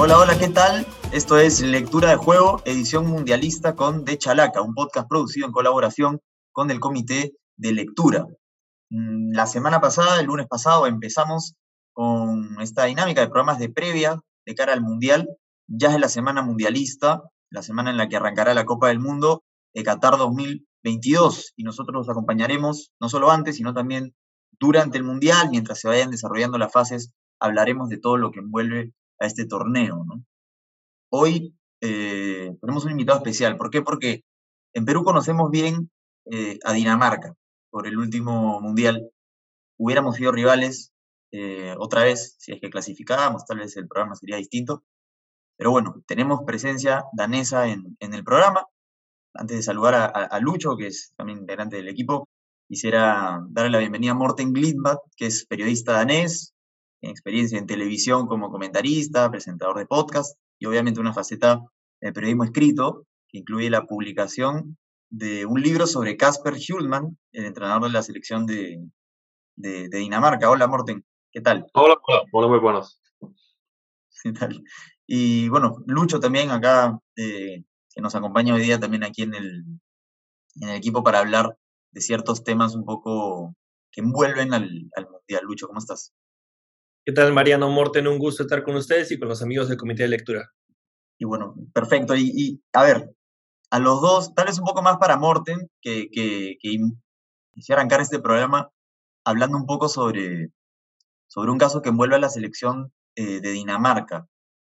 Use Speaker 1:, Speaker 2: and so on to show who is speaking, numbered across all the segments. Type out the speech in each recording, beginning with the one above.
Speaker 1: Hola, hola, ¿qué tal? Esto es Lectura de Juego, edición mundialista con De Chalaca, un podcast producido en colaboración con el Comité de Lectura. La semana pasada, el lunes pasado, empezamos con esta dinámica de programas de previa de cara al Mundial. Ya es la semana mundialista, la semana en la que arrancará la Copa del Mundo de Qatar 2022, y nosotros los acompañaremos no solo antes, sino también durante el Mundial. Mientras se vayan desarrollando las fases, hablaremos de todo lo que envuelve a este torneo, ¿no? Hoy tenemos un invitado especial. ¿Por qué? Porque en Perú conocemos bien a Dinamarca por el último Mundial. Hubiéramos sido rivales otra vez, si es que clasificábamos, tal vez el programa sería distinto. Pero bueno, tenemos presencia danesa en el programa. Antes de saludar a Lucho, que es también integrante del equipo, quisiera darle la bienvenida a Morten Glidbach, que es periodista danés, en experiencia en televisión como comentarista, presentador de podcast y obviamente una faceta de periodismo escrito que incluye la publicación de un libro sobre Kasper Schulman, el entrenador de la selección de Dinamarca. Hola, Morten, ¿qué tal?
Speaker 2: Hola, muy buenos.
Speaker 1: ¿Qué tal? Y bueno, Lucho también acá, que nos acompaña hoy día también aquí en el equipo para hablar de ciertos temas un poco que envuelven al Mundial. Lucho, ¿cómo estás?
Speaker 3: ¿Qué tal, Mariano Morten? Un gusto estar con ustedes y con los amigos del Comité de Lectura.
Speaker 1: Y bueno, perfecto. Y a ver, a los dos, tal vez un poco más para Morten, que quisiera arrancar este programa hablando un poco sobre un caso que envuelve a la selección de Dinamarca.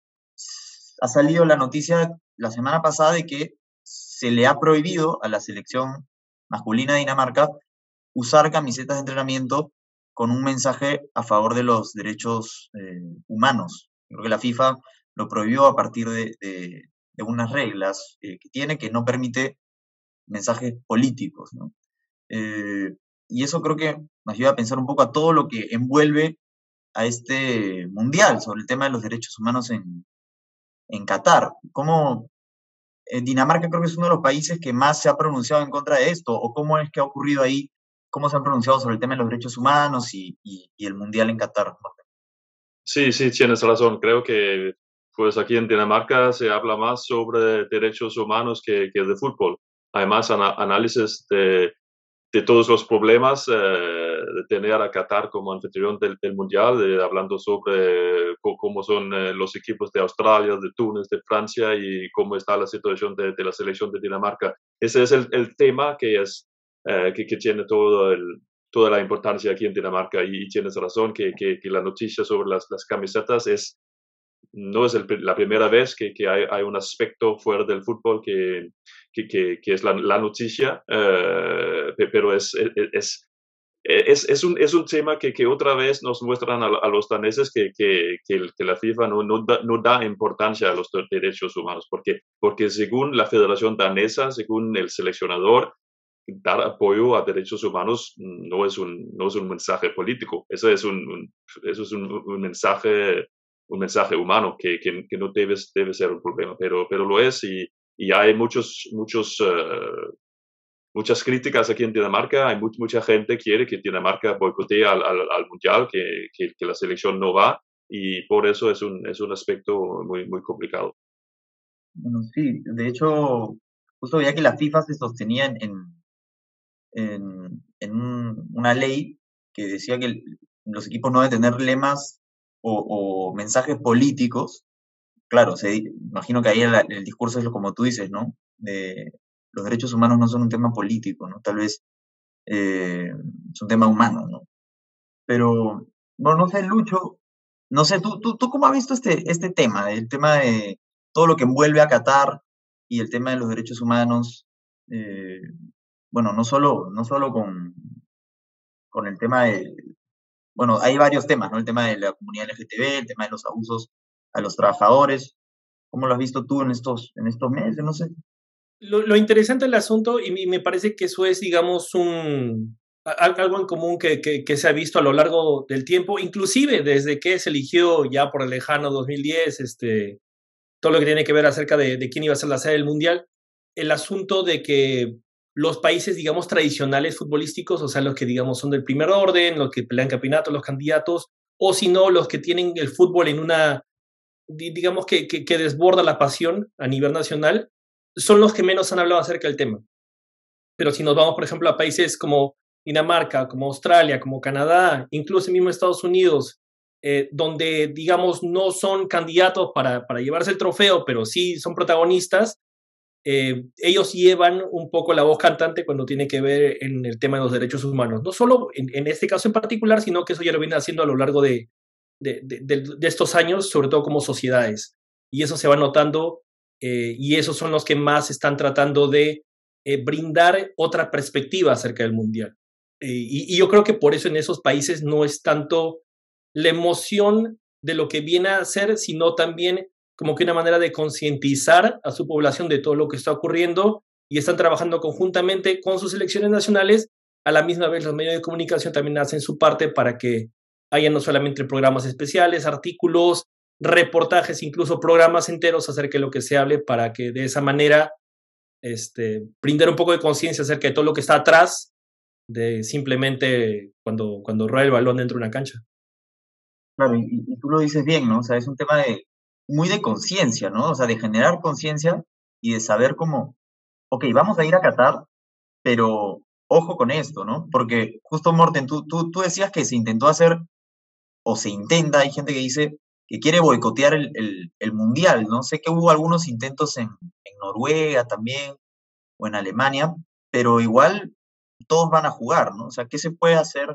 Speaker 1: Ha salido la noticia la semana pasada de que se le ha prohibido a la selección masculina de Dinamarca usar camisetas de entrenamiento con un mensaje a favor de los derechos humanos. Creo que la FIFA lo prohibió a partir de unas reglas que tiene, que no permite mensajes políticos, ¿no? Y eso creo que nos ayuda a pensar un poco a todo lo que envuelve a este mundial sobre el tema de los derechos humanos en Qatar. ¿Cómo Dinamarca creo que es uno de los países que más se ha pronunciado en contra de esto? ¿O cómo es que ha ocurrido ahí? ¿Cómo se han pronunciado sobre el tema de los derechos humanos y el mundial en Qatar?
Speaker 2: Sí, tienes razón. Creo que pues aquí en Dinamarca se habla más sobre derechos humanos que de fútbol. Hay más análisis de todos los problemas de tener a Qatar como anfitrión del Mundial, hablando sobre cómo son los equipos de Australia, de Túnez, de Francia y cómo está la situación de la selección de Dinamarca. Ese es el tema que tiene toda la importancia aquí en Dinamarca, y tienes razón que la noticia sobre las camisetas no es la primera vez que hay un aspecto fuera del fútbol que es la noticia, pero es un tema que otra vez nos muestran a los daneses que la FIFA no da importancia a los derechos humanos, porque según la Federación Danesa, según el seleccionador, dar apoyo a derechos humanos no es un mensaje político. Eso es un mensaje humano que no debe ser un problema, pero lo es, y hay muchas críticas aquí en Dinamarca. Hay mucha gente que quiere que Dinamarca boicotee al Mundial, que la selección no va, y por eso es un aspecto muy, muy complicado.
Speaker 1: Bueno, sí, de hecho, justo veía que la FIFA se sostenía una ley que decía que los equipos no deben tener lemas o mensajes políticos. Claro, imagino que ahí el discurso es como tú dices, ¿no? De los derechos humanos no son un tema político, ¿no? Tal vez es un tema humano, ¿no? Pero, bueno, no sé, Lucho, no sé, ¿tú cómo has visto este tema, el tema de todo lo que envuelve a Qatar y el tema de los derechos humanos? Eh, bueno, no solo con el tema de, bueno, hay varios temas, ¿no? El tema de la comunidad LGTB, el tema de los abusos a los trabajadores. ¿Cómo lo has visto tú en estos meses? No sé.
Speaker 3: Lo interesante del asunto, y me parece que eso es, digamos, algo en común que se ha visto a lo largo del tiempo, inclusive desde que se eligió ya por el lejano 2010, todo lo que tiene que ver acerca de quién iba a ser la sede del Mundial, el asunto de que los países, digamos, tradicionales futbolísticos, o sea, los que, digamos, son del primer orden, los que pelean campeonatos, los candidatos, o si no, los que tienen el fútbol en una digamos que desborda la pasión a nivel nacional, son los que menos han hablado acerca del tema. Pero si nos vamos, por ejemplo, a países como Dinamarca, como Australia, como Canadá, incluso mismo Estados Unidos, donde, digamos, no son candidatos para llevarse el trofeo, pero sí son protagonistas, ellos llevan un poco la voz cantante cuando tiene que ver en el tema de los derechos humanos. No solo en este caso en particular, sino que eso ya lo vienen haciendo a lo largo de estos años, sobre todo como sociedades. Y eso se va notando y esos son los que más están tratando de brindar otra perspectiva acerca del Mundial. Y yo creo que por eso en esos países no es tanto la emoción de lo que viene a ser, sino también como que una manera de concientizar a su población de todo lo que está ocurriendo y están trabajando conjuntamente con sus elecciones nacionales. A la misma vez los medios de comunicación también hacen su parte para que haya no solamente programas especiales, artículos, reportajes, incluso programas enteros acerca de lo que se hable para que de esa manera brindar un poco de conciencia acerca de todo lo que está atrás de simplemente cuando rueda el balón dentro de una cancha.
Speaker 1: Claro, y tú lo dices bien, ¿no? O sea, es un tema muy de conciencia, ¿no? O sea, de generar conciencia y de saber cómo, ok, vamos a ir a Qatar, pero ojo con esto, ¿no? Porque justo, Morten, tú decías que se intentó hacer, o se intenta, hay gente que dice que quiere boicotear el Mundial, ¿no? Sé que hubo algunos intentos en Noruega también, o en Alemania, pero igual todos van a jugar, ¿no? O sea, ¿qué se puede hacer?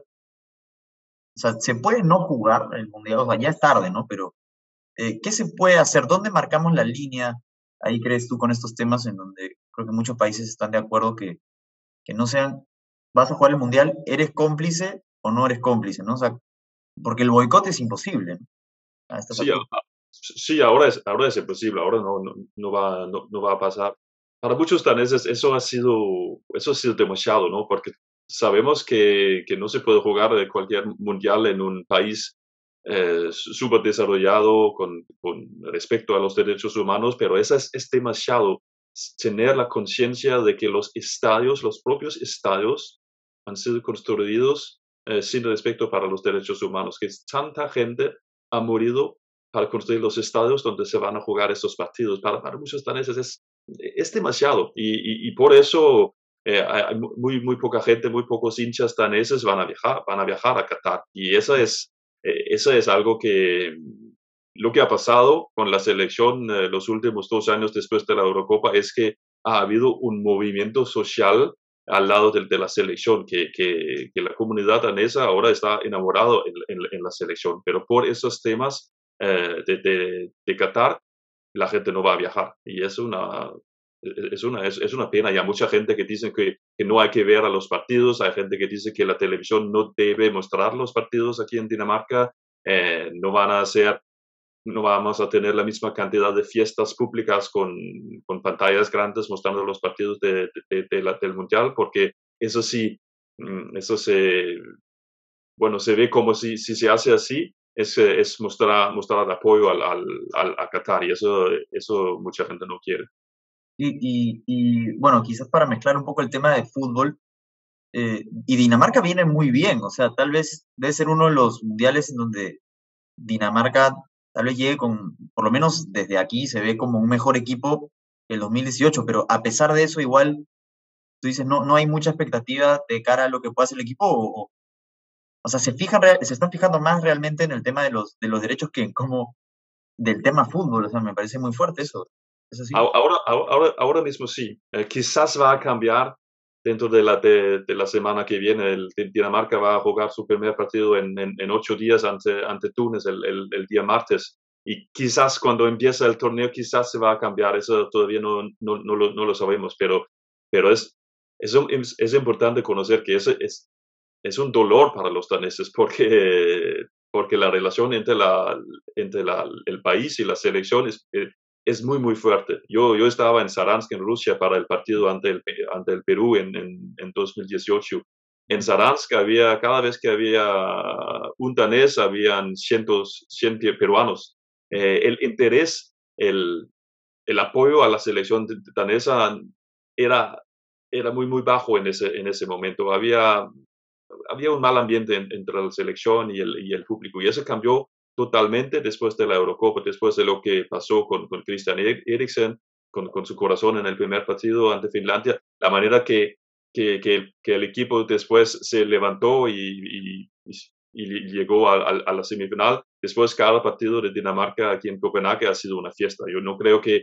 Speaker 1: O sea, se puede no jugar el Mundial, o sea, ya es tarde, ¿no? Pero, ¿qué se puede hacer? ¿Dónde marcamos la línea? Ahí crees tú con estos temas en donde creo que muchos países están de acuerdo que no sean, vas a jugar el Mundial, ¿eres cómplice o no eres cómplice, ¿no? O sea, porque el boicot es imposible, ¿no? A estas
Speaker 2: Sí,
Speaker 1: alturas.
Speaker 2: sí, ahora es imposible, ahora no va a pasar. Para muchos daneses eso ha sido demasiado, ¿no? Porque sabemos que no se puede jugar de cualquier mundial en un país súper desarrollado con respecto a los derechos humanos, pero eso es demasiado. Tener la conciencia de que los estadios, los propios estadios, han sido construidos sin respeto para los derechos humanos, que tanta gente ha morido para construir los estadios donde se van a jugar estos partidos. Para muchos daneses es demasiado y por eso hay muy poca gente, muy pocos hinchas daneses van a viajar a Qatar. Y eso es algo que lo que ha pasado con la selección los últimos 2 años después de la Eurocopa es que ha habido un movimiento social al lado de la selección, que la comunidad danesa ahora está enamorado en la selección, pero por esos temas de Qatar, la gente no va a viajar. Y es una pena. Y hay mucha gente que dice que no hay que ver a los partidos, hay gente que dice que la televisión no debe mostrar los partidos aquí en Dinamarca, no van a ser no vamos a tener la misma cantidad de fiestas públicas con pantallas grandes mostrando los partidos del Mundial, porque eso sí, eso se ve como si se hace así, es mostrar apoyo a Qatar y eso mucha gente no quiere.
Speaker 1: Bueno, quizás para mezclar un poco el tema de fútbol, y Dinamarca viene muy bien, o sea, tal vez debe ser uno de los mundiales en donde Dinamarca tal vez llegue con, por lo menos desde aquí se ve como un mejor equipo que el 2018, pero a pesar de eso igual, tú dices, no hay mucha expectativa de cara a lo que pueda hacer el equipo, o sea, se están fijando más realmente en el tema de los derechos que en cómo, del tema fútbol, o sea, me parece muy fuerte eso, ¿es así?
Speaker 2: Ahora mismo sí. Quizás va a cambiar dentro de la semana que viene. Dinamarca va a jugar su primer partido en 8 días ante Túnez el día martes. Y quizás cuando empiece el torneo, quizás se va a cambiar. Eso todavía no lo sabemos, pero es importante conocer que es un dolor para los daneses porque la relación entre el país y la selección es muy fuerte. Yo estaba en Saransk, en Rusia, para el partido ante el Perú en 2018. En Saransk cada vez que había un danés, habían 100 peruanos. El interés, el apoyo a la selección danesa era muy bajo en ese momento. Había un mal ambiente entre la selección y el público, y eso cambió totalmente después de la Eurocopa, después de lo que pasó con Christian Eriksen, con su corazón en el primer partido ante Finlandia, la manera que el equipo después se levantó y llegó a la semifinal. Después, cada partido de Dinamarca aquí en Copenhague ha sido una fiesta. Yo no creo que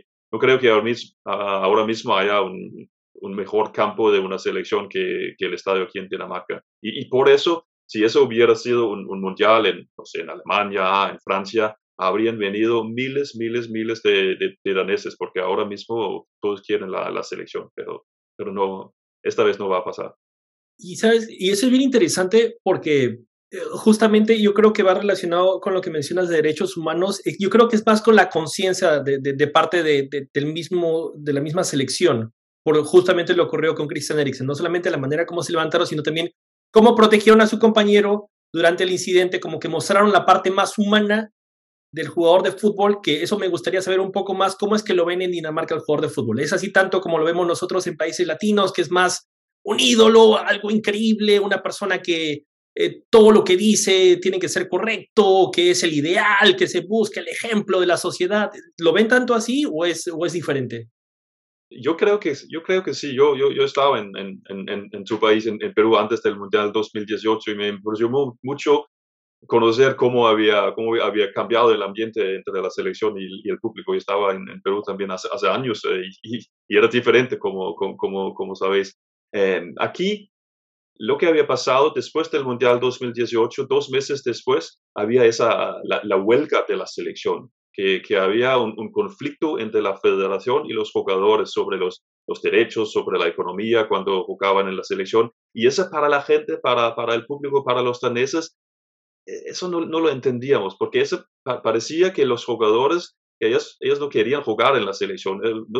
Speaker 2: ahora mismo haya un mejor campo de una selección que el estadio aquí en Dinamarca. Y por eso, si eso hubiera sido un mundial no sé, en Alemania, en Francia, habrían venido miles de daneses, porque ahora mismo todos quieren la selección, pero no, esta vez no va a pasar.
Speaker 3: Y sabes, y eso es bien interesante porque justamente yo creo que va relacionado con lo que mencionas de derechos humanos. Yo creo que es más con la conciencia de parte de la misma selección, por justamente lo ocurrió con Christian Eriksen, no solamente la manera como se levantaron, sino también cómo protegieron a su compañero durante el incidente, como que mostraron la parte más humana del jugador de fútbol, que eso me gustaría saber un poco más, cómo es que lo ven en Dinamarca el jugador de fútbol. ¿Es así tanto como lo vemos nosotros en países latinos, que es más un ídolo, algo increíble, una persona que todo lo que dice tiene que ser correcto, que es el ideal, que se busca el ejemplo de la sociedad? ¿Lo ven tanto así o es diferente?
Speaker 2: Yo creo que sí. Yo estaba en su país, en Perú, antes del Mundial 2018 y me impresionó mucho conocer cómo había cambiado el ambiente entre la selección y el público. Yo estaba en Perú también hace años y era diferente, como sabéis. Aquí, lo que había pasado después del Mundial 2018, 2 meses después, había la huelga de la selección, que había un conflicto entre la federación y los jugadores sobre los derechos, sobre la economía cuando jugaban en la selección. Y eso para la gente, para el público, para los daneses, eso no lo entendíamos, porque eso parecía que los jugadores, ellos no querían jugar en la selección,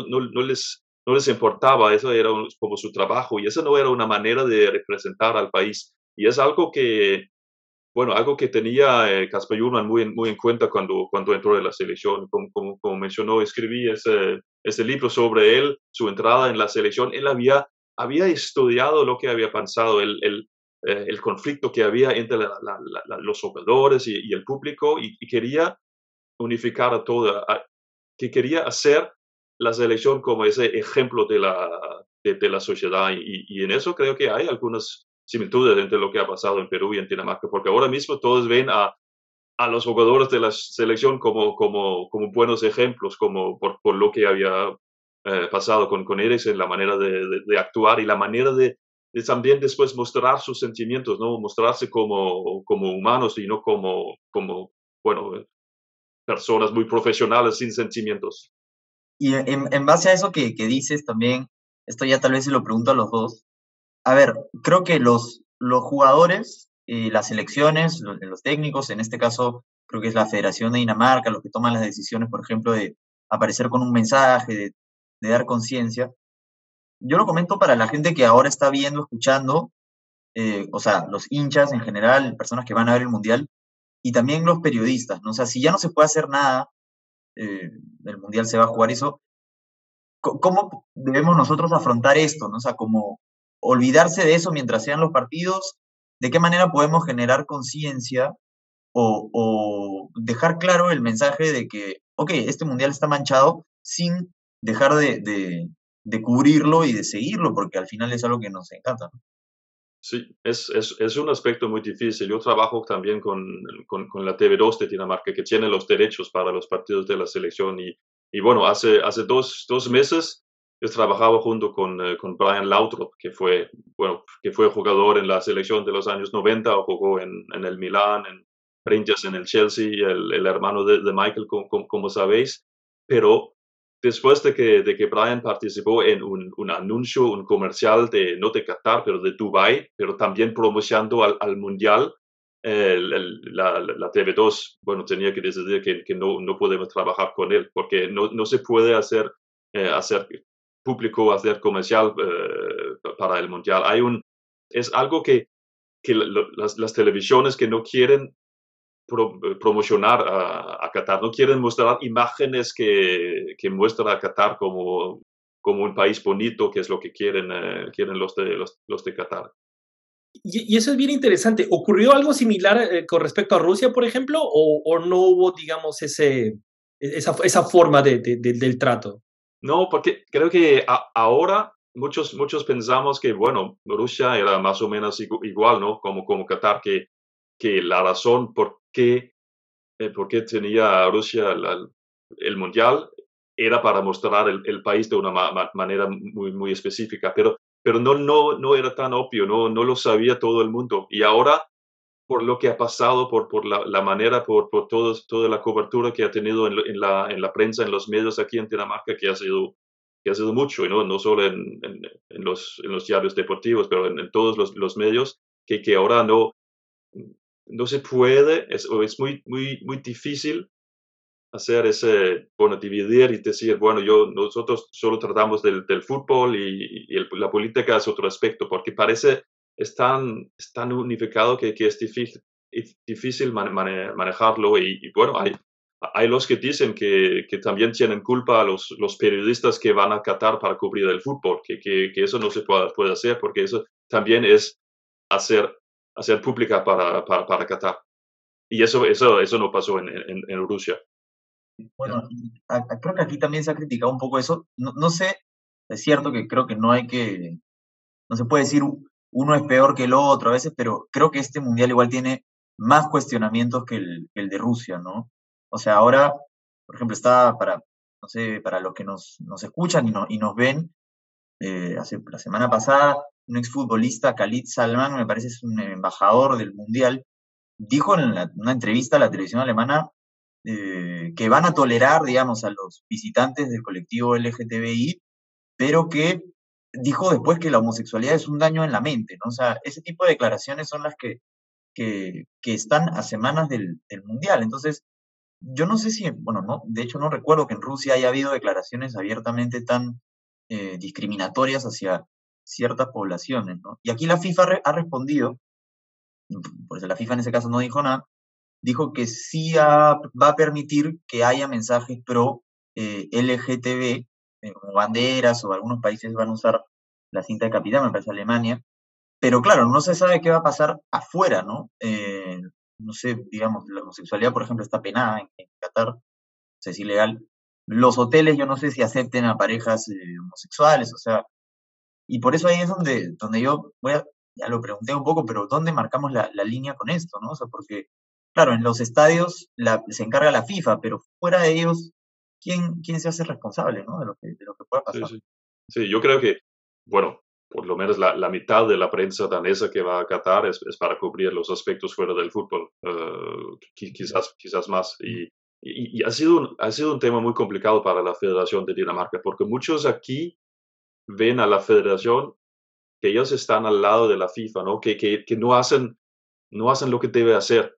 Speaker 2: no les importaba, eso era como su trabajo, y eso no era una manera de representar al país. Y es algo que, bueno, algo que tenía Kasper Hjulmand muy en cuenta cuando entró en la selección. Como mencionó, escribí ese libro sobre él, su entrada en la selección. Él había estudiado lo que había pasado, el conflicto que había entre los jugadores y el público, y quería unificar a todo, que quería hacer la selección como ese ejemplo de la sociedad. Y en eso creo que hay algunas similitudes entre lo que ha pasado en Perú y en Dinamarca, porque ahora mismo todos ven a los jugadores de la selección como buenos ejemplos, como por lo que había pasado con Eriksen, la manera de actuar y la manera de también después mostrar sus sentimientos, ¿no? Mostrarse como humanos y no bueno, personas muy profesionales sin sentimientos.
Speaker 1: Y en base a eso que dices también, esto ya tal vez se lo pregunto a los dos. A ver, creo que los jugadores, las selecciones, los técnicos, en este caso creo que es la Federación de Dinamarca, los que toman las decisiones, por ejemplo, de aparecer con un mensaje, de dar conciencia. Yo lo comento para la gente que ahora está viendo, escuchando, o sea, los hinchas en general, personas que van a ver el Mundial, y también los periodistas, ¿no? O sea, si ya no se puede hacer nada, el Mundial se va a jugar eso, ¿cómo debemos nosotros afrontar esto, ¿no? O sea, como olvidarse de eso mientras sean los partidos, ¿de qué manera podemos generar conciencia o dejar claro el mensaje de que, ok, este mundial está manchado sin dejar de cubrirlo y de seguirlo, porque al final es algo que nos encanta, ¿no?
Speaker 2: Sí, es un aspecto muy difícil. Yo trabajo también con la TV2 de Dinamarca, que tiene los derechos para los partidos de la selección. Y bueno, hace dos meses yo trabajaba junto con Brian Laudrup, que fue jugador en la selección de los años 90, o jugó en el Milan, en Rangers, en el Chelsea, el hermano de Michael, como sabéis. Pero después de que Brian participó en un anuncio, un comercial no de Qatar, pero de Dubái, pero también promocionando al Mundial, la TV2, bueno, tenía que decidir que no podemos trabajar con él, porque no se puede hacer público, hacer comercial para el Mundial. Es algo que las televisiones que no quieren promocionar a Qatar, no quieren mostrar imágenes que muestran a Qatar como un país bonito, que es lo que quieren los de Qatar.
Speaker 3: Y eso es bien interesante. ¿Ocurrió algo similar con respecto a Rusia, por ejemplo, o no hubo, digamos, esa forma del trato?
Speaker 2: No, porque creo que ahora muchos pensamos que, bueno, Rusia era más o menos igual, ¿no? Como Qatar, que la razón por qué tenía Rusia el mundial era para mostrar el país de una manera muy específica, pero no era tan obvio, no lo sabía todo el mundo. Y ahora, por lo que ha pasado, por la manera, por toda la cobertura que ha tenido en la prensa, en los medios aquí en Dinamarca, que ha sido mucho, y no solo en los diarios deportivos, pero en todos los medios, que ahora no se puede, es muy difícil hacer bueno, dividir y decir, bueno, nosotros solo tratamos del fútbol y la política es otro aspecto, porque es tan unificado que es difícil manejarlo y bueno, hay los que dicen que también tienen culpa a los periodistas que van a Qatar para cubrir el fútbol, que eso no se puede hacer, porque eso también es hacer, hacer pública para Qatar. Y eso no pasó en Rusia.
Speaker 1: Bueno, creo que aquí también se ha criticado un poco eso. No sé, es cierto que creo que no se puede decir uno es peor que el otro a veces, pero creo que este mundial igual tiene más cuestionamientos que el de Rusia, ¿no? O sea, ahora, por ejemplo, está no sé, para los que nos escuchan y nos ven, la semana pasada, un exfutbolista, Khalid Salman, me parece es un embajador del mundial, dijo en una entrevista a la televisión alemana que van a tolerar, digamos, a los visitantes del colectivo LGTBI, pero que dijo después que la homosexualidad es un daño en la mente, ¿no? O sea, ese tipo de declaraciones son las que están a semanas del Mundial. Entonces, yo no sé si, bueno, no, de hecho no recuerdo que en Rusia haya habido declaraciones abiertamente tan discriminatorias hacia ciertas poblaciones, ¿no? Y aquí la FIFA ha respondido, por eso la FIFA en ese caso no dijo nada, dijo que sí va a permitir que haya mensajes pro LGTB, como banderas, o algunos países van a usar la cinta de capitán, me parece Alemania, pero claro, no se sabe qué va a pasar afuera, ¿no? No sé, digamos, la homosexualidad, por ejemplo, está penada en Qatar, o sea, es ilegal. Los hoteles, yo no sé si acepten a parejas homosexuales, o sea, y por eso ahí es donde yo ya lo pregunté un poco, pero ¿dónde marcamos la línea con esto, no? O sea, porque, claro, en los estadios se encarga la FIFA, pero fuera de ellos, ¿quién se hace responsable, no? De lo que pueda
Speaker 2: Sí,
Speaker 1: pasar.
Speaker 2: sí. Sí, yo creo que, bueno, por lo menos la mitad de la prensa danesa que va a Qatar es para cubrir los aspectos fuera del fútbol, quizás más. Y ha sido un tema muy complicado para la Federación de Dinamarca, porque muchos aquí ven a la Federación que ellos están al lado de la FIFA, ¿no? Que no hacen lo que debe hacer,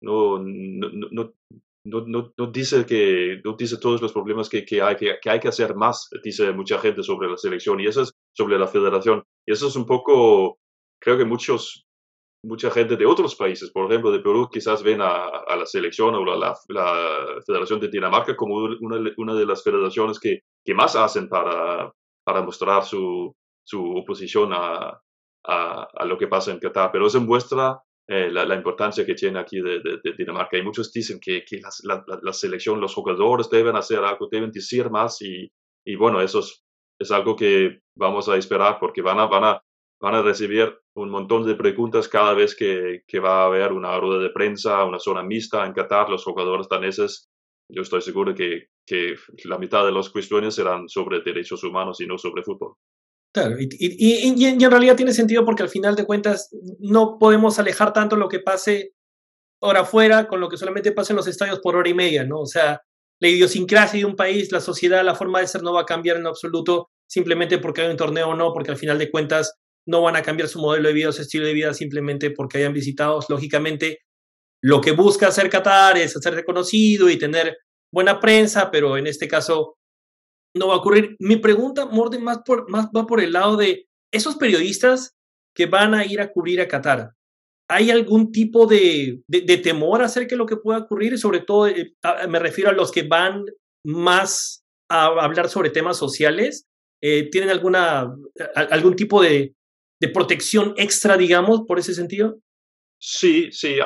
Speaker 2: no dice todos los problemas que hay que hacer más, dice mucha gente sobre la selección, y eso es sobre la federación. Y eso es un poco, creo que mucha gente de otros países, por ejemplo, de Perú, quizás ven a la selección o la Federación de Dinamarca como una de las federaciones que más hacen para mostrar su oposición a lo que pasa en Qatar. Pero eso muestra la importancia que tiene aquí de Dinamarca. Y muchos dicen que la selección, los jugadores deben hacer algo, deben decir más. Y bueno, eso es algo que vamos a esperar porque van a recibir un montón de preguntas cada vez que va a haber una rueda de prensa, una zona mixta en Qatar. Los jugadores daneses, yo estoy seguro que la mitad de las cuestiones serán sobre derechos humanos y no sobre fútbol.
Speaker 3: Claro, y en realidad tiene sentido porque al final de cuentas no podemos alejar tanto lo que pase por afuera con lo que solamente pasa en los estadios por hora y media, ¿no? O sea, la idiosincrasia de un país, la sociedad, la forma de ser no va a cambiar en lo absoluto simplemente porque hay un torneo o no, porque al final de cuentas no van a cambiar su modelo de vida o su estilo de vida simplemente porque hayan visitado. Lógicamente, lo que busca hacer Qatar es hacer reconocido y tener buena prensa, pero en este caso no va a ocurrir. Mi pregunta, Morden, más va por el lado de esos periodistas que van a ir a cubrir a Qatar. ¿Hay algún tipo de temor acerca de lo que pueda ocurrir? Sobre todo, me refiero a los que van más a hablar sobre temas sociales. ¿Tienen algún tipo de protección extra, digamos, por ese sentido?
Speaker 2: Sí, sí,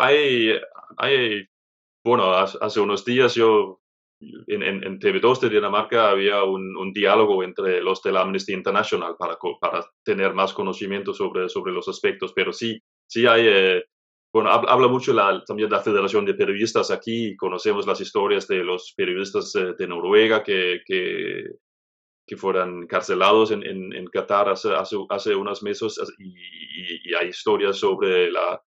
Speaker 2: bueno, hace unos días en TV2 de Dinamarca había un diálogo entre los de la Amnesty International para tener más conocimiento sobre los aspectos, pero sí, sí hay, bueno, habla mucho también la Federación de Periodistas aquí, y conocemos las historias de los periodistas de Noruega que fueran encarcelados en Qatar hace unos meses y hay historias sobre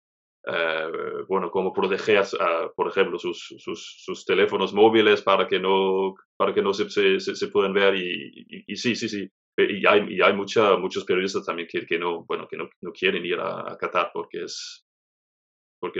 Speaker 2: bueno, cómo proteger, por ejemplo, sus teléfonos móviles para que no se puedan ver y sí, sí, sí. Y hay muchos periodistas también que no, bueno, que no quieren ir a Qatar porque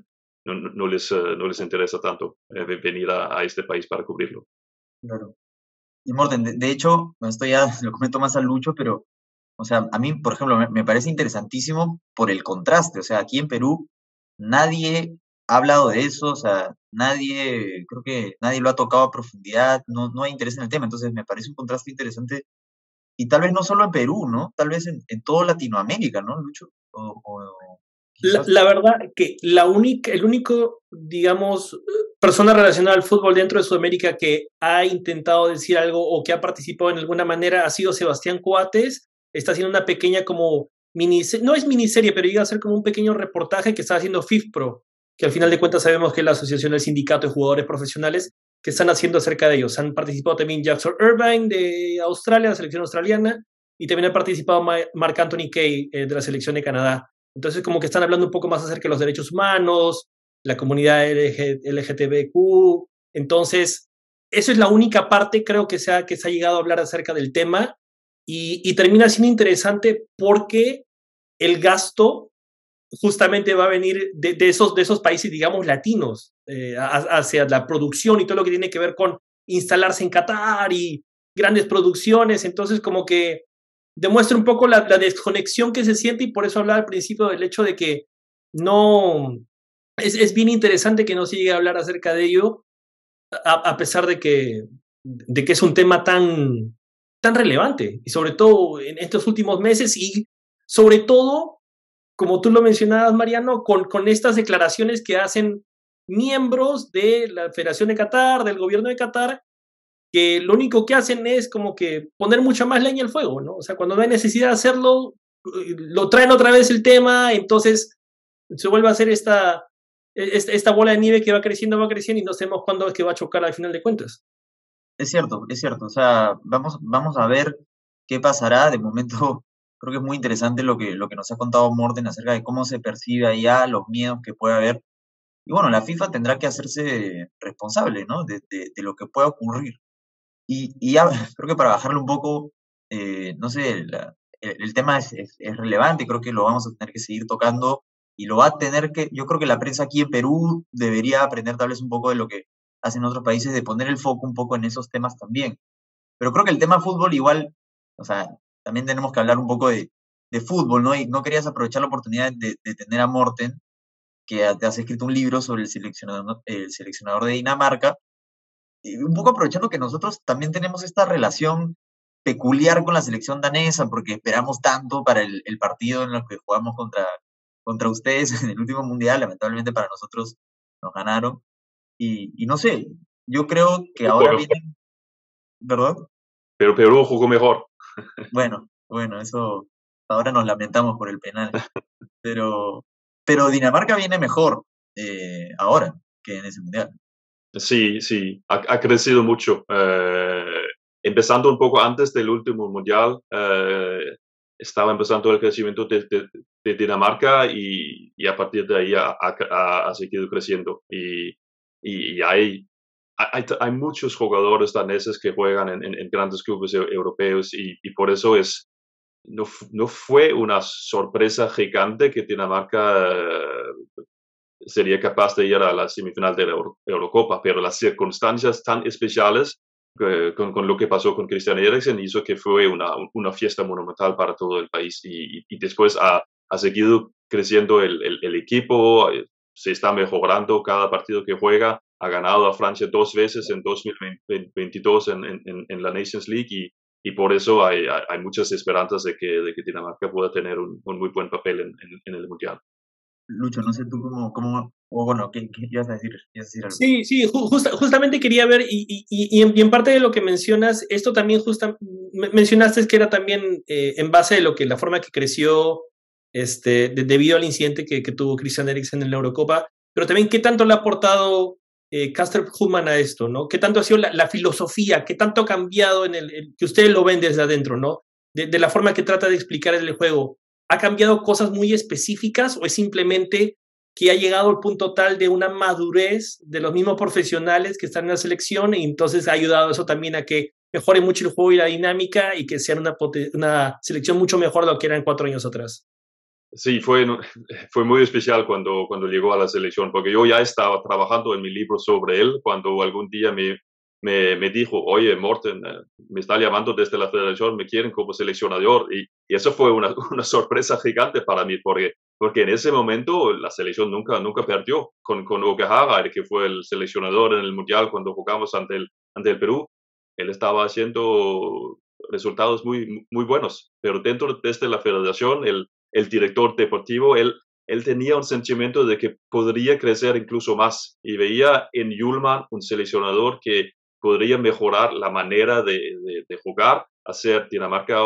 Speaker 2: no les interesa tanto venir a este país para cubrirlo.
Speaker 1: Claro. Y Morten, de hecho, esto ya lo comento más a Lucho, pero, o sea, a mí, por ejemplo, me parece interesantísimo por el contraste. O sea, aquí en Perú nadie ha hablado de eso, o sea, creo que nadie lo ha tocado a profundidad, no hay interés en el tema. Entonces, me parece un contraste interesante. Y tal vez no solo en Perú, ¿no? Tal vez en toda Latinoamérica, ¿no, Lucho? O quizás.
Speaker 3: La verdad que el único, digamos, persona relacionada al fútbol dentro de Sudamérica que ha intentado decir algo o que ha participado en alguna manera ha sido Sebastián Coates. Está haciendo una pequeña como no es miniserie, pero iba a ser como un pequeño reportaje que está haciendo FIFPro, que al final de cuentas sabemos que es la Asociación del Sindicato de Jugadores Profesionales, que están haciendo acerca de ellos. Han participado también Jackson Irvine de Australia, la selección australiana, y también ha participado Marc Anthony Kaye de la selección de Canadá. Entonces, como que están hablando un poco más acerca de los derechos humanos, la comunidad LGTBQ. Entonces, eso es la única parte, creo, que se ha llegado a hablar acerca del tema y termina siendo interesante porque el gasto justamente va a venir de esos países, digamos, latinos, hacia la producción y todo lo que tiene que ver con instalarse en Qatar y grandes producciones. Entonces, como que demuestra un poco la desconexión que se siente y por eso hablaba al principio del hecho de que no, es bien interesante que no se llegue a hablar acerca de ello, a pesar de que es un tema tan relevante y sobre todo en estos últimos meses y sobre todo, como tú lo mencionabas, Mariano, con estas declaraciones que hacen miembros de la Federación de Qatar, del gobierno de Qatar, que lo único que hacen es como que poner mucha más leña al fuego, ¿no? O sea, cuando no hay necesidad de hacerlo, lo traen otra vez el tema, entonces se vuelve a hacer esta bola de nieve que va creciendo y no sabemos cuándo es que va a chocar al final de cuentas.
Speaker 1: Es cierto, es cierto. O sea, vamos a ver qué pasará. De momento, creo que es muy interesante lo que nos ha contado Morten acerca de cómo se percibe allá, los miedos que puede haber. Y bueno, la FIFA tendrá que hacerse responsable, ¿no? De lo que pueda ocurrir. Y ya, creo que para bajarlo un poco, no sé, el tema es relevante, creo que lo vamos a tener que seguir tocando y lo va a tener que, yo creo que la prensa aquí en Perú debería aprender tal vez un poco de lo que hacen otros países, de poner el foco un poco en esos temas también. Pero creo que el tema fútbol igual, o sea, también tenemos que hablar un poco de fútbol, ¿no? Y no querías aprovechar la oportunidad de tener a Morten, que te has escrito un libro sobre el seleccionador de Dinamarca, y un poco aprovechando que nosotros también tenemos esta relación peculiar con la selección danesa, porque esperamos tanto para el partido en el que jugamos contra ustedes en el último mundial, lamentablemente para nosotros nos ganaron. Y no sé, yo creo que ahora viene, ¿verdad?
Speaker 2: Pero Perú jugó mejor.
Speaker 1: Bueno, eso ahora nos lamentamos por el penal, pero Dinamarca viene mejor ahora que en ese mundial.
Speaker 2: Sí, sí, ha crecido mucho. Empezando un poco antes del último mundial, estaba empezando el crecimiento de Dinamarca y a partir de ahí ha seguido creciendo. Y hay muchos jugadores daneses que juegan en grandes clubes europeos y por eso no fue una sorpresa gigante que Dinamarca sería capaz de ir a la semifinal de la Eurocopa, pero las circunstancias tan especiales con lo que pasó con Christian Eriksen hizo que fue una fiesta monumental para todo el país y después ha seguido creciendo el equipo, se está mejorando cada partido que juega, ha ganado a Francia 2 veces en 2022 en la Nations League y por eso hay muchas esperanzas de que Dinamarca pueda tener un muy buen papel en el Mundial.
Speaker 1: Lucho, no sé tú o bueno, ¿qué ibas a decir? ¿Ibas a decir algo?
Speaker 3: Sí, sí, justamente quería ver, y en parte de lo que mencionas, esto también mencionaste que era también en base de lo que la forma que creció debido al incidente que tuvo Christian Eriksen en la Eurocopa, pero también qué tanto le ha aportado Kasper Schulman a esto, ¿no? ¿Qué tanto ha sido la filosofía? ¿Qué tanto ha cambiado que ustedes lo ven desde adentro, ¿no? De la forma que trata de explicar el juego. ¿Ha cambiado cosas muy específicas o es simplemente que ha llegado al punto tal de una madurez de los mismos profesionales que están en la selección y entonces ha ayudado eso también a que mejore mucho el juego y la dinámica y que sea una selección mucho mejor de lo que eran 4 años atrás?
Speaker 2: Sí, fue muy especial cuando llegó a la selección, porque yo ya estaba trabajando en mi libro sobre él cuando algún día me dijo, oye, Morten, me está llamando desde la federación, me quieren como seleccionador. Y eso fue una sorpresa gigante para mí, porque en ese momento la selección nunca perdió con Åke Hareide, que fue el seleccionador en el Mundial cuando jugamos ante el Perú. Él estaba haciendo resultados muy buenos, pero desde la federación, el director deportivo, él tenía un sentimiento de que podría crecer incluso más y veía en Hjulmand un seleccionador que podría mejorar la manera de jugar, hacer Dinamarca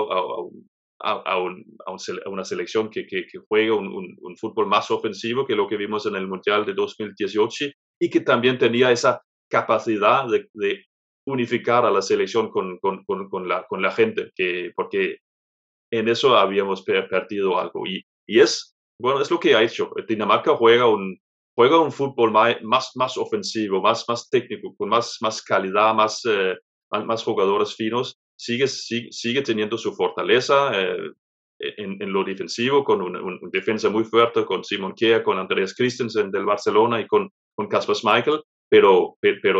Speaker 2: a una selección que juega un fútbol más ofensivo que lo que vimos en el Mundial de 2018 y que también tenía esa capacidad de unificar a la selección con la gente, porque en eso habíamos perdido algo. Y es lo que ha hecho. Dinamarca juega un fútbol más ofensivo, más técnico, con más calidad, más jugadores finos. Sigue teniendo su fortaleza en lo defensivo, con una defensa muy fuerte, con Simon Kjær, con Andreas Christensen del Barcelona y con Kasper Schmeichel, pero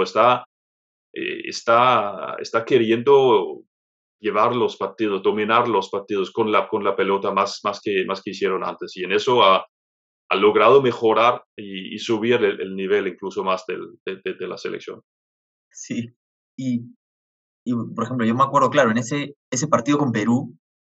Speaker 2: está queriendo llevar los partidos, dominar los partidos con la pelota más que hicieron antes. Y en eso ha logrado mejorar y subir el nivel incluso más de la selección.
Speaker 1: Sí, y por ejemplo, yo me acuerdo, claro, en ese partido con Perú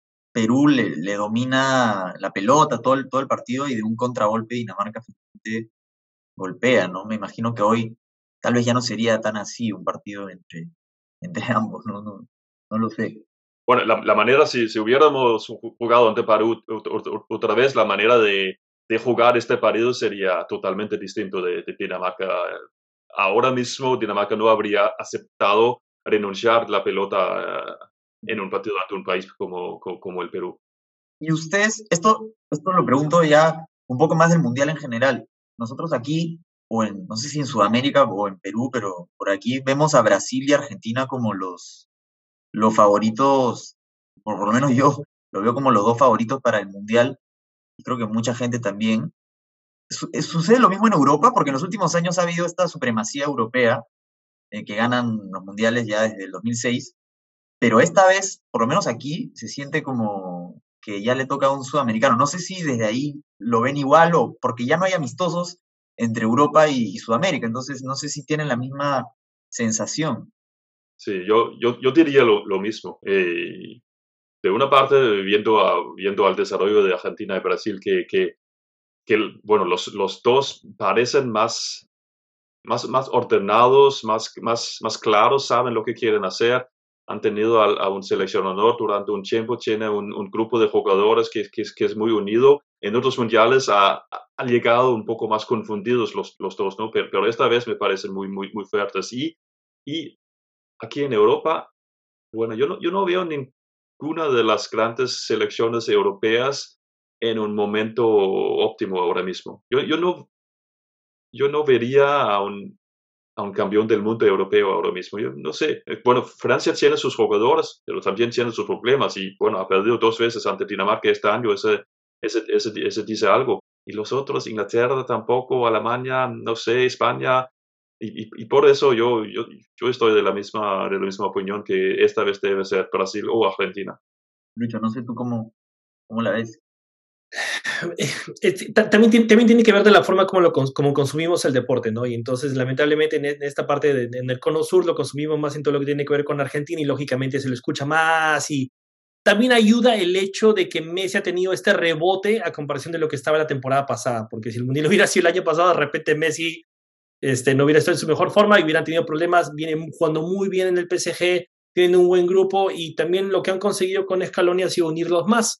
Speaker 1: le domina la pelota todo el partido y de un contragolpe Dinamarca finalmente golpea, ¿no? Me imagino que hoy tal vez ya no sería tan así un partido entre ambos, no lo sé.
Speaker 2: Bueno, la manera, si hubiéramos jugado ante Perú otra vez, la manera de jugar este partido sería totalmente distinto de Dinamarca. Ahora mismo Dinamarca no habría aceptado renunciar la pelota en un partido ante un país como el Perú.
Speaker 1: Y ustedes, esto lo pregunto ya un poco más del Mundial en general. Nosotros aquí, no sé si en Sudamérica o en Perú, pero por aquí vemos a Brasil y Argentina como los favoritos, por lo menos yo lo veo como los dos favoritos para el Mundial, y creo que mucha gente también. Sucede lo mismo en Europa, porque en los últimos años ha habido esta supremacía europea, que ganan los mundiales ya desde el 2006, pero esta vez, por lo menos aquí, se siente como que ya le toca a un sudamericano. No sé si desde ahí lo ven igual o porque ya no hay amistosos entre Europa y Sudamérica, entonces no sé si tienen la misma sensación.
Speaker 2: Sí, yo diría lo mismo. De una parte, viendo al desarrollo de Argentina y Brasil, que bueno, los dos parecen más ordenados, más claros, saben lo que quieren hacer. Han tenido a un seleccionador durante un tiempo, tiene un grupo de jugadores que es muy unido. En otros mundiales ha llegado un poco más confundidos los dos, ¿no? Pero esta vez me parecen muy fuertes. Y aquí en Europa, bueno, yo no veo ninguna de las grandes selecciones europeas en un momento óptimo ahora mismo. Yo no vería a un campeón del mundo europeo ahora mismo. Yo no sé. Bueno, Francia tiene sus jugadores, pero también tiene sus problemas. Y bueno, ha perdido 2 veces ante Dinamarca este año. Ese dice algo. Y los otros, Inglaterra tampoco, Alemania, no sé, España. Y por eso yo estoy de la misma opinión que esta vez debe ser Brasil o Argentina.
Speaker 1: Lucho, no sé tú cómo la ves.
Speaker 3: También tiene que ver de la forma como consumimos el deporte, ¿no? Y entonces, lamentablemente, en esta parte, en el Cono Sur, lo consumimos más en todo lo que tiene que ver con Argentina y lógicamente se lo escucha más. Y también ayuda el hecho de que Messi ha tenido este rebote a comparación de lo que estaba la temporada pasada, porque si el Mundial hubiera sido el año pasado, de repente Messi no hubiera estado en su mejor forma y hubieran tenido problemas. Vienen jugando muy bien en el PSG, tienen un buen grupo y también lo que han conseguido con Scaloni ha sido unirlos más.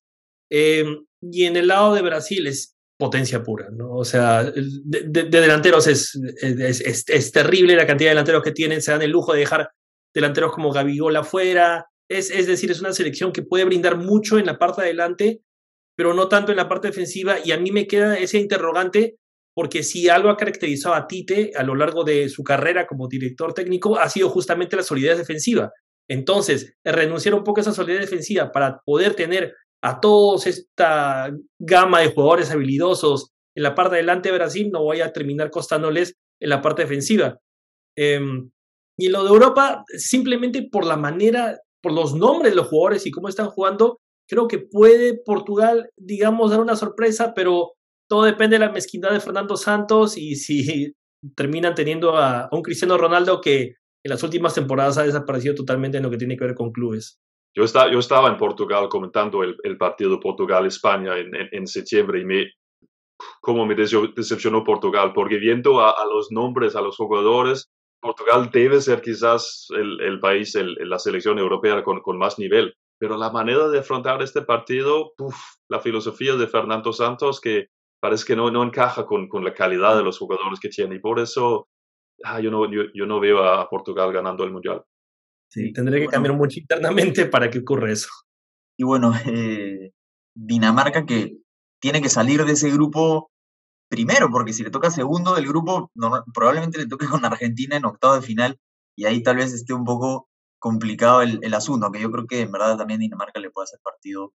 Speaker 3: Y en el lado de Brasil es potencia pura, ¿no? O sea, de delanteros es terrible la cantidad de delanteros que tienen, se dan el lujo de dejar delanteros como Gabigol afuera, es decir, es una selección que puede brindar mucho en la parte de adelante, pero no tanto en la parte defensiva, y a mí me queda ese interrogante, porque si algo ha caracterizado a Tite a lo largo de su carrera como director técnico, ha sido justamente la solidez defensiva. Entonces, renunciar un poco a esa solidez defensiva para poder tener a todos esta gama de jugadores habilidosos en la parte de delante de Brasil, no vaya a terminar costándoles en la parte defensiva. Y en lo de Europa, simplemente por la manera, por los nombres de los jugadores y cómo están jugando, creo que puede Portugal, digamos, dar una sorpresa, pero todo depende de la mezquindad de Fernando Santos y si terminan teniendo a un Cristiano Ronaldo que en las últimas temporadas ha desaparecido totalmente en lo que tiene que ver con clubes.
Speaker 2: Yo estaba en Portugal comentando el partido Portugal-España en septiembre y cómo me decepcionó Portugal, porque viendo a los nombres, a los jugadores, Portugal debe ser quizás el país, la selección europea con más nivel. Pero la manera de afrontar este partido, la filosofía de Fernando Santos, que parece que no encaja con la calidad de los jugadores que tiene. Y por eso yo no veo a Portugal ganando el Mundial.
Speaker 3: Sí, tendré que cambiar mucho internamente para que ocurra eso.
Speaker 1: Y bueno, Dinamarca que tiene que salir de ese grupo primero, porque si le toca segundo del grupo, probablemente le toque con Argentina en octavos de final, y ahí tal vez esté un poco complicado el asunto, aunque yo creo que en verdad también Dinamarca le puede hacer partido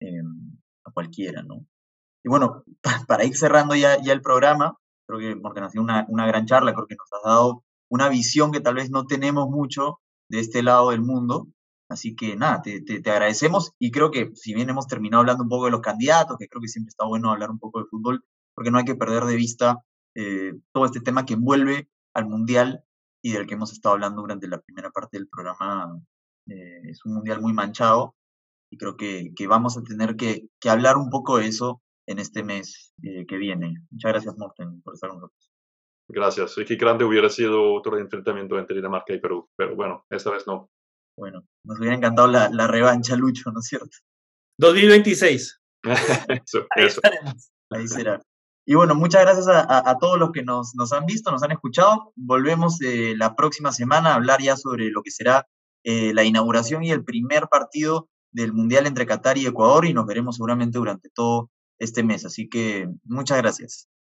Speaker 1: a cualquiera, ¿no? Y bueno, para ir cerrando ya el programa, creo que Morten ha sido una gran charla, creo que nos has dado una visión que tal vez no tenemos mucho de este lado del mundo, así que nada, te agradecemos y creo que si bien hemos terminado hablando un poco de los candidatos, que creo que siempre está bueno hablar un poco de fútbol, porque no hay que perder de vista todo este tema que envuelve al Mundial y del que hemos estado hablando durante la primera parte del programa. Es un Mundial muy manchado y creo que vamos a tener que hablar un poco de eso en este mes que viene. Muchas gracias, Morten, por estar con nosotros.
Speaker 2: Gracias. Y qué grande hubiera sido otro enfrentamiento entre Dinamarca y Perú, pero bueno, esta vez no.
Speaker 1: Bueno, nos hubiera encantado la revancha, Lucho, ¿no es cierto?
Speaker 3: 2026.
Speaker 2: Ahí
Speaker 3: estaremos.
Speaker 1: Ahí será. Y bueno, muchas gracias a todos los que nos han visto, nos han escuchado. Volvemos la próxima semana a hablar ya sobre lo que será la inauguración y el primer partido del Mundial entre Qatar y Ecuador y nos veremos seguramente durante todo este mes. Así que muchas gracias.